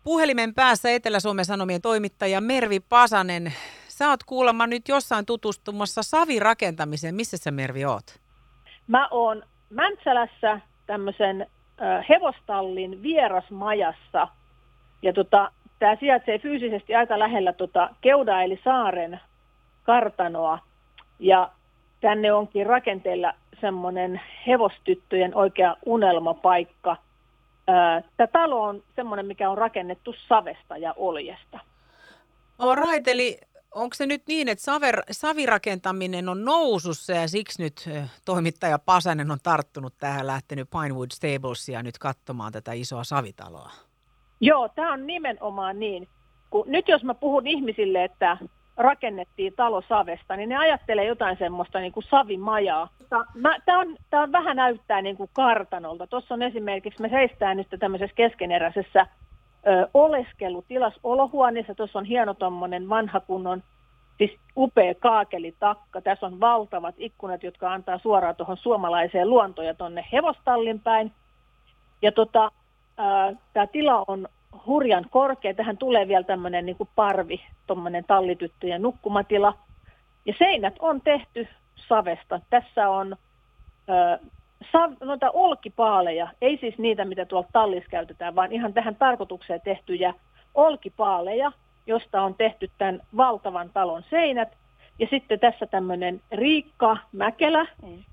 Puhelimen päässä Etelä-Suomen Sanomien toimittaja Mervi Pasanen. Sä oot kuulemma nyt jossain tutustumassa savirakentamiseen. Missä sä, Mervi, oot? Mä oon Mäntsälässä tämmöisen hevostallin vierasmajassa. Ja tää sijaitsee fyysisesti aika lähellä Keuda eli Saaren kartanoa. Ja tänne onkin rakenteella semmoinen hevostyttöjen oikea unelmapaikka. Tämä talo on semmoinen, mikä on rakennettu savesta ja oljesta. Alright, eli onko se nyt niin, että savirakentaminen on nousussa ja siksi nyt toimittaja Pasanen on tarttunut tähän, lähtenyt Pinewood Stablesia nyt katsomaan tätä isoa savitaloa? Joo, tämä on nimenomaan niin. Nyt jos mä puhun ihmisille, että rakennettiin talo savesta, niin ne ajattelee jotain semmoista niin kuin savimajaa. Tämä on vähän näyttää niin kuin kartanolta. Tuossa on esimerkiksi, me seistään nyt tämmöisessä keskeneräisessä oleskelutilas olohuoneessa. Tuossa on hieno tommonen vanha kunnon, siis upea kaakelitakka. Tässä on valtavat ikkunat, jotka antaa suoraan tuohon suomalaiseen luontoon ja tuonne hevostallin päin. Ja tämä tila on hurjan korkea. Tähän tulee vielä tämmöinen niin kuin parvi, tuommoinen tallityttöjen nukkumatila. Ja seinät on tehty savesta. Tässä on noita olkipaaleja, ei siis niitä, mitä tuolla tallissa käytetään, vaan ihan tähän tarkoitukseen tehtyjä olkipaaleja, josta on tehty tämän valtavan talon seinät. Ja sitten tässä tämmöinen Riikka Mäkelä,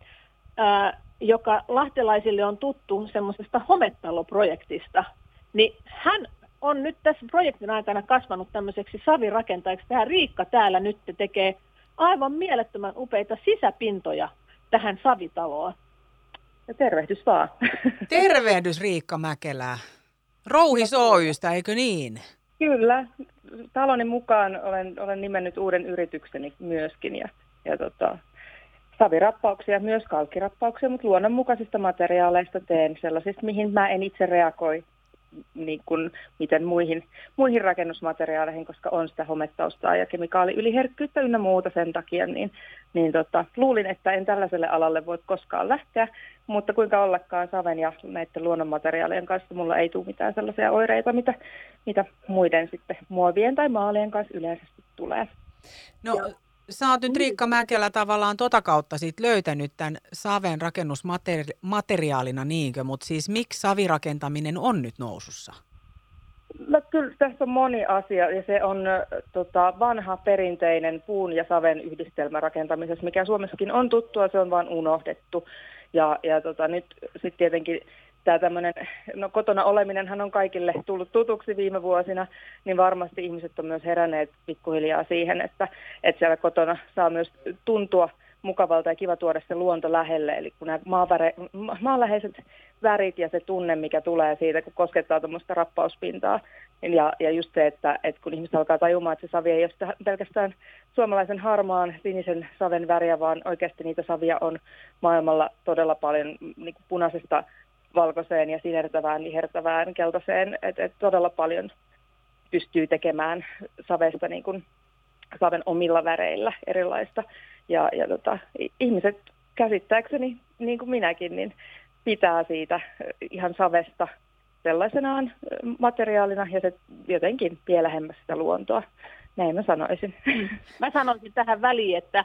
joka lahtelaisille on tuttu semmoisesta hometaloprojektista, niin hän on nyt tässä projektin aikana kasvanut tämmöiseksi savirakentajaksi. Tämä Riikka täällä nyt tekee aivan mielettömän upeita sisäpintoja tähän savitaloon. Ja tervehdys vaan. Tervehdys, Riikka Mäkelä. Rouhis Oy:stä, eikö niin? Kyllä. Taloni mukaan olen nimennyt uuden yritykseni myöskin. Ja savirappauksia, myös kalkkirappauksia, mutta luonnonmukaisista materiaaleista teen sellaisista, mihin mä en itse reagoi niin kuin miten muihin rakennusmateriaaleihin, koska on sitä hometaustaa ja kemikaaliyliherkkyyttä ynnä muuta sen takia, niin luulin, että en tällaiselle alalle voi koskaan lähteä, mutta kuinka ollakaan saven ja näiden luonnonmateriaalien kanssa mulla ei tule mitään sellaisia oireita, mitä muiden sitten muovien tai maalien kanssa yleisesti tulee. No, sä oot nyt, Riikka Mäkelä, tavallaan kautta sit löytänyt tämän saven rakennusmateriaalina, niinkö? Mutta siis miksi savirakentaminen on nyt nousussa? No kyllä tässä on moni asia ja se on vanha perinteinen puun ja saven yhdistelmä rakentamisessa, mikä Suomessakin on tuttua, se on vaan unohdettu. Ja nyt sitten tietenkin tämä tämmöinen, no kotona oleminenhan on kaikille tullut tutuksi viime vuosina, niin varmasti ihmiset on myös heränneet pikkuhiljaa siihen, että siellä kotona saa myös tuntua mukavalta ja kiva tuoda se luonto lähelle. Eli kun nämä maanläheiset värit ja se tunne, mikä tulee siitä, kun koskettaa tuommoista rappauspintaa. Ja just se, että kun ihmiset alkaa tajumaan, että se savi ei ole pelkästään suomalaisen harmaan sinisen saven väriä, vaan oikeasti niitä savia on maailmalla todella paljon niin kuin punaisesta valkoiseen ja sinertävään, vihertävään, keltaiseen, että todella paljon pystyy tekemään savesta niin kuin saven omilla väreillä erilaista. Ja ihmiset käsittääkseni, niin kuin minäkin, niin pitää siitä ihan savesta sellaisenaan materiaalina ja se jotenkin vie lähemmäs sitä luontoa. Näin mä sanoisin. Mä sanoisin tähän väliin, että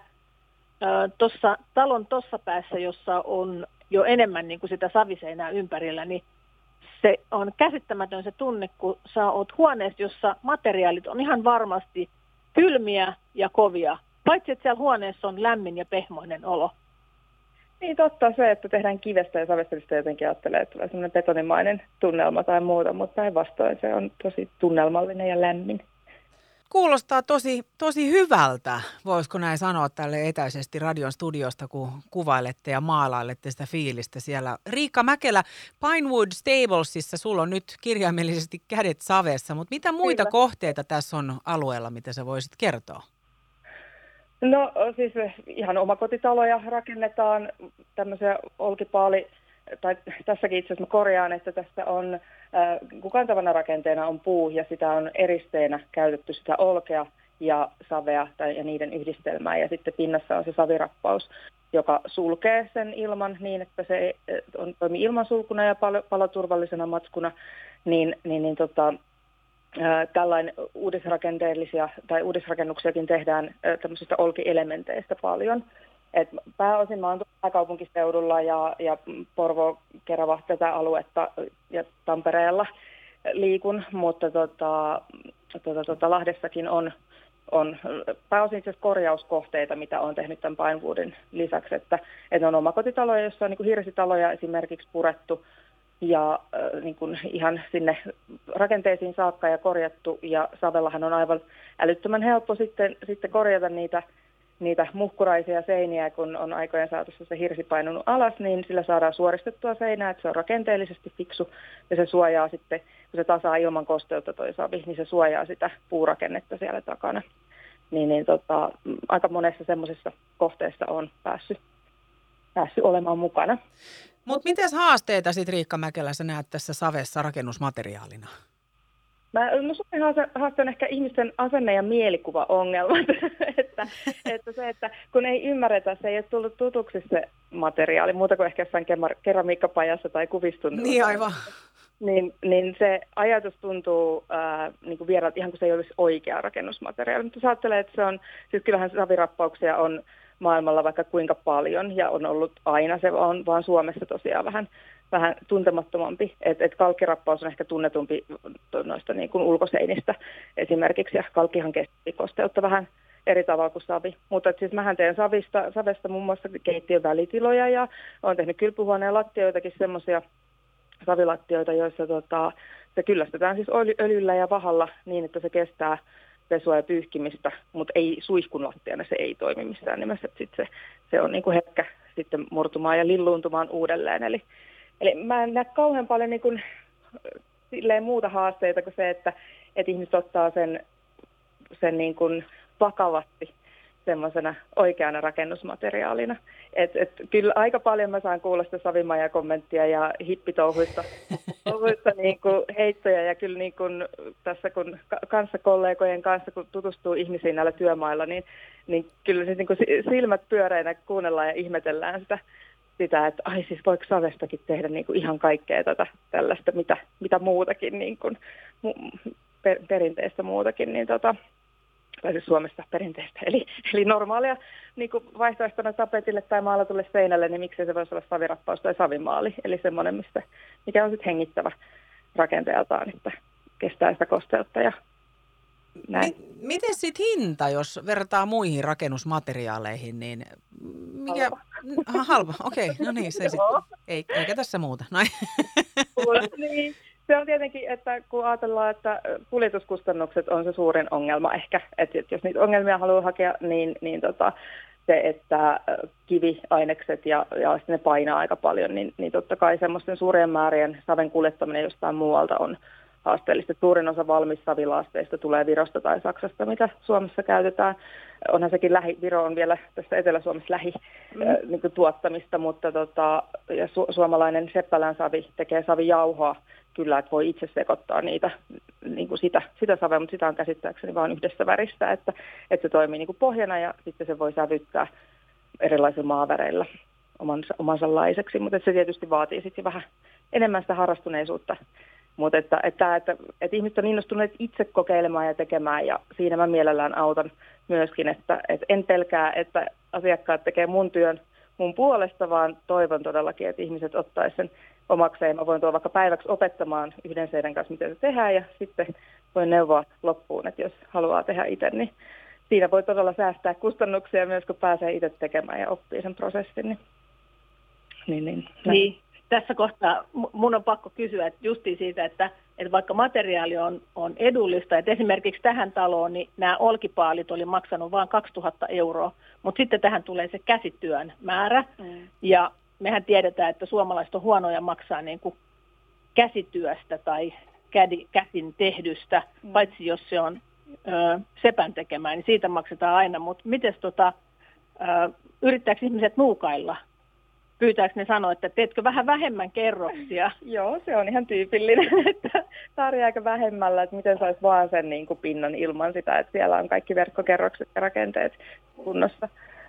tuossa talon tuossa päässä, jossa on jo enemmän niin kuin sitä saviseinää ympärillä, niin se on käsittämätön se tunne, kun sä oot huoneessa, jossa materiaalit on ihan varmasti kylmiä ja kovia, paitsi että siellä huoneessa on lämmin ja pehmoinen olo. Niin totta se, että tehdään kivestä ja savesta jotenkin ajattelee, että tulee sellainen betonimainen tunnelma tai muuta, mutta päinvastoin se on tosi tunnelmallinen ja lämmin. Kuulostaa tosi hyvältä, voisiko näin sanoa tälle etäisesti radion studiosta, kun kuvailette ja maalailette sitä fiilistä siellä. Riikka Mäkelä, Pinewood Stablesissa sulla on nyt kirjaimellisesti kädet savessa, mutta mitä muita Kyllä. kohteita tässä on alueella, mitä sä voisit kertoa? No siis ihan omakotitaloja rakennetaan, tämmöisiä tai tässäkin itse asiassa mä korjaan, että tässä on, kun kantavana rakenteena on puu ja sitä on eristeenä käytetty sitä olkea ja savea ja niiden yhdistelmää ja sitten pinnassa on se savirappaus, joka sulkee sen ilman niin, että se toimii ilmansulkuna ja paloturvallisena matskuna, niin tällainen uudisrakenteellisia tai uudisrakennuksiakin tehdään tämmöisistä olkielementeistä paljon. Et pääosin mä oon pääkaupunkiseudulla ja Porvoo, Kerava, tätä aluetta ja Tampereella liikun, mutta Lahdessakin on pääosin itse korjauskohteita, mitä on tehnyt tämän Pinewoodin lisäksi, että on omakotitaloja, joissa on niin kuin hirsitaloja esimerkiksi purettu ja niin kuin ihan sinne rakenteisiin saakka ja korjattu, ja savellahan on aivan älyttömän helppo sitten korjata niitä muhkuraisia seiniä, kun on aikojen saatossa se hirsi painunut alas, niin sillä saadaan suoristettua seinää, että se on rakenteellisesti fiksu, ja se suojaa sitten, kun se tasaa ilman kosteutta toi savi, niin se suojaa sitä puurakennetta siellä takana. Aika monessa semmoisessa kohteessa on päässyt olemaan mukana. Mutta miten haasteita sitten Riikka Mäkelä sä näet tässä savessa rakennusmateriaalina? Suurin haaste on ehkä ihmisten asenne- ja mielikuva-ongelmat. että kun ei ymmärretä, se ei ole tullut tutuksi se materiaali, muuta kuin ehkä jossain keramiikkapajassa tai kuvistunnilla. Niin aivan. Niin se ajatus tuntuu niin kuin vieraalta, ihan kuin se ei olisi oikea rakennusmateriaali. Mutta jos ajattelee, että se on, siis kyllähän savirappauksia on maailmalla vaikka kuinka paljon, ja on ollut aina, se on vaan Suomessa tosiaan vähän tuntemattomampi, että kalkkirappaus on ehkä tunnetumpi noista niin kuin ulkoseinistä esimerkiksi, ja kalkkihan kesti kosteutta vähän eri tavalla kuin savi. Mutta siis mähän teen savesta muun muassa keittiön välitiloja, ja olen tehnyt kylpyhuoneen lattioitakin semmoisia savilattioita, joissa se kyllästetään siis öljyllä ja vahalla niin, että se kestää pesua ja pyyhkimistä, mutta ei suihkun lattiana, se ei toimi missään nimessä. Sitten se on niin kuin herkkä sitten murtumaan ja lilluuntumaan uudelleen. Eli mä en näe kauhean paljon niin kuin, silleen muuta haasteita kuin se, että ihmiset ottaa sen niin kuin vakavasti semmoisena oikeana rakennusmateriaalina. Kyllä aika paljon mä saan kuulla sitä savimaja-kommenttia ja hippitouhuista niin kuin heittoja, ja kyllä niin kuin tässä kun kanssakollegojen kanssa kun tutustuu ihmisiin näillä työmailla, niin kyllä siis niin kuin silmät pyöreinä kuunnellaan ja ihmetellään sitä, että ai siis voiko savestakin tehdä niin kuin ihan kaikkea tällaista, mitä muutakin, niin kuin, perinteistä muutakin, niin tai siis Suomesta perinteistä, eli normaalia niin kuin vaihtoehtona tapetille tai maalatulle seinälle, niin miksei se voisi olla savirappaus tai savimaali, eli semmoinen, mikä on sitten hengittävä rakenteeltaan, että kestää sitä kosteutta ja näin. Miten sitten hinta, jos verrataan muihin rakennusmateriaaleihin, niin mikä? Halpa, okei, no niin, se sitten, eikä tässä muuta. Noin. Niin. Se on tietenkin, että kun ajatellaan, että kuljetuskustannukset on se suurin ongelma ehkä, että jos niitä ongelmia haluaa hakea, niin se, että kiviainekset ja ne painaa aika paljon, niin totta kai semmoisten suurien määrien saven kuljettaminen jostain muualta on haasteellista. Suurin osa valmissavilaasteista tulee Virosta tai Saksasta, mitä Suomessa käytetään. Onhan sekin Viro on vielä tässä Etelä-Suomessa niin kuin tuottamista, mutta ja suomalainen Seppälän savi tekee savijauhoa kyllä, että voi itse sekoittaa niitä, niin kuin sitä savea, mutta sitä on käsittääkseni vain yhdessä värissä, että se toimii niin kuin pohjana ja sitten se voi sävyttää erilaisilla maaväreillä omansa laiseksi, mutta se tietysti vaatii sitten vähän enemmän sitä harrastuneisuutta. Mutta että ihmiset on innostuneet itse kokeilemaan ja tekemään, ja siinä mä mielellään autan myöskin, että en pelkää, että asiakkaat tekee mun työn mun puolesta, vaan toivon todellakin, että ihmiset ottaisivat sen omakseen. Mä voin tuoda vaikka päiväksi opettamaan yhden seinän kanssa, miten se tehdään, ja sitten voin neuvoa loppuun, että jos haluaa tehdä itse, niin siinä voi todella säästää kustannuksia myös, kun pääsee itse tekemään ja oppii sen prosessin. Niin. Tässä kohtaa mun on pakko kysyä, että justiin siitä, että vaikka materiaali on edullista, että esimerkiksi tähän taloon niin nämä olkipaalit oli maksanut vain 2000 €, mutta sitten tähän tulee se käsityön määrä, ja mehän tiedetään, että suomalaiset on huonoja maksaa niin kuin käsityöstä tai käsin tehdystä, paitsi jos se on sepän tekemään, niin siitä maksetaan aina, mutta miten yrittääkö ihmiset nuukailla? Pyytääkö ne sanoa, että teetkö vähän vähemmän kerroksia? Joo, se on ihan tyypillinen, että tarjoaako vähemmällä, että miten saisi vaan sen niin kuin pinnan ilman sitä, että siellä on kaikki verkkokerrokset ja rakenteet kunnossa.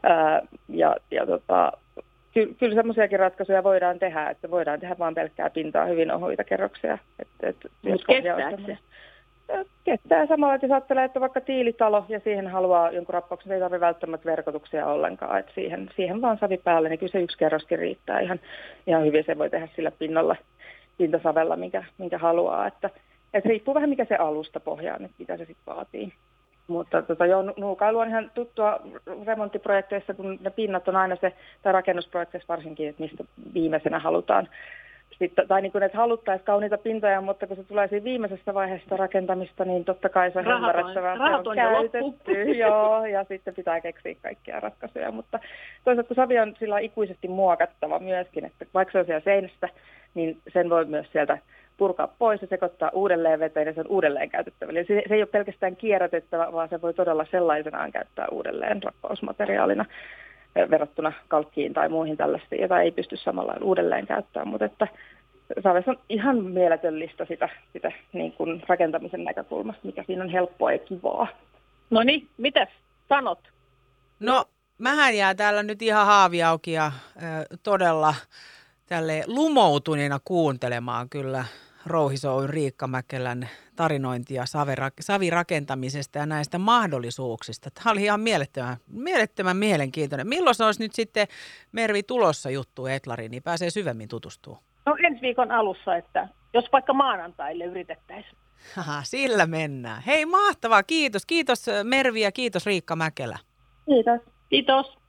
Kyllä semmoisiakin ratkaisuja voidaan tehdä, että voidaan tehdä vaan pelkkää pintaa hyvin ohuita kerroksia. Mutta kestääkö se? Kestää samalla, että jos ajattelee, että vaikka tiilitalo ja siihen haluaa jonkun rappauksen, ei tarvitse välttämättä verkotuksia ollenkaan. Että siihen vaan savi päälle, niin kyllä se yksi kerroskin riittää ihan hyvin. Se voi tehdä sillä pintasavella, minkä haluaa. Että riippuu vähän mikä se alustapohja on, että mitä se sitten vaatii. Mutta nuukailu on ihan tuttua remonttiprojekteissa, kun ne pinnat on aina se, tai rakennusprojekteissa varsinkin, että mistä viimeisenä halutaan. Sitten, tai niin kuin, että haluttaisiin kauniita pintoja, mutta kun se tulee siinä viimeisessä vaiheessa rakentamista, niin totta kai se on ymmärrettävää. Rahat on käytetty, joo, ja sitten pitää keksiä kaikkia ratkaisuja. Mutta toisaalta kun savi on sillä ikuisesti muokattava myöskin, että vaikka se on siellä seinässä, niin sen voi myös sieltä purkaa pois ja sekoittaa uudelleen veteen ja se on uudelleen käytettävä. Eli se ei ole pelkästään kierrätettävä, vaan se voi todella sellaisenaan käyttää uudelleen rappausmateriaalina verrattuna kalkkiin tai muihin tällaisiin, jota ei pysty samalla uudelleen käyttämään. Mutta että savessa on ihan mieletön lista sitä niin kuin rakentamisen näkökulmasta, mikä siinä on helppoa ja kivaa. No niin, mitäs sanot? No, mähän jää täällä nyt ihan haavi auki ja todella tälle lumoutuneena kuuntelemaan kyllä Rouhiso Oyn Riikka Mäkelän tarinointia savirakentamisesta ja näistä mahdollisuuksista. Tämä oli ihan mielettömän mielenkiintoinen. Milloin olisi nyt sitten, Mervi, tulossa juttu Etlariin, niin pääsee syvemmin tutustumaan? No ensi viikon alussa, että jos vaikka maanantaille yritettäisiin. Sillä mennään. Hei, mahtavaa. Kiitos. Kiitos Mervi ja kiitos Riikka Mäkelä. Kiitos. Kiitos.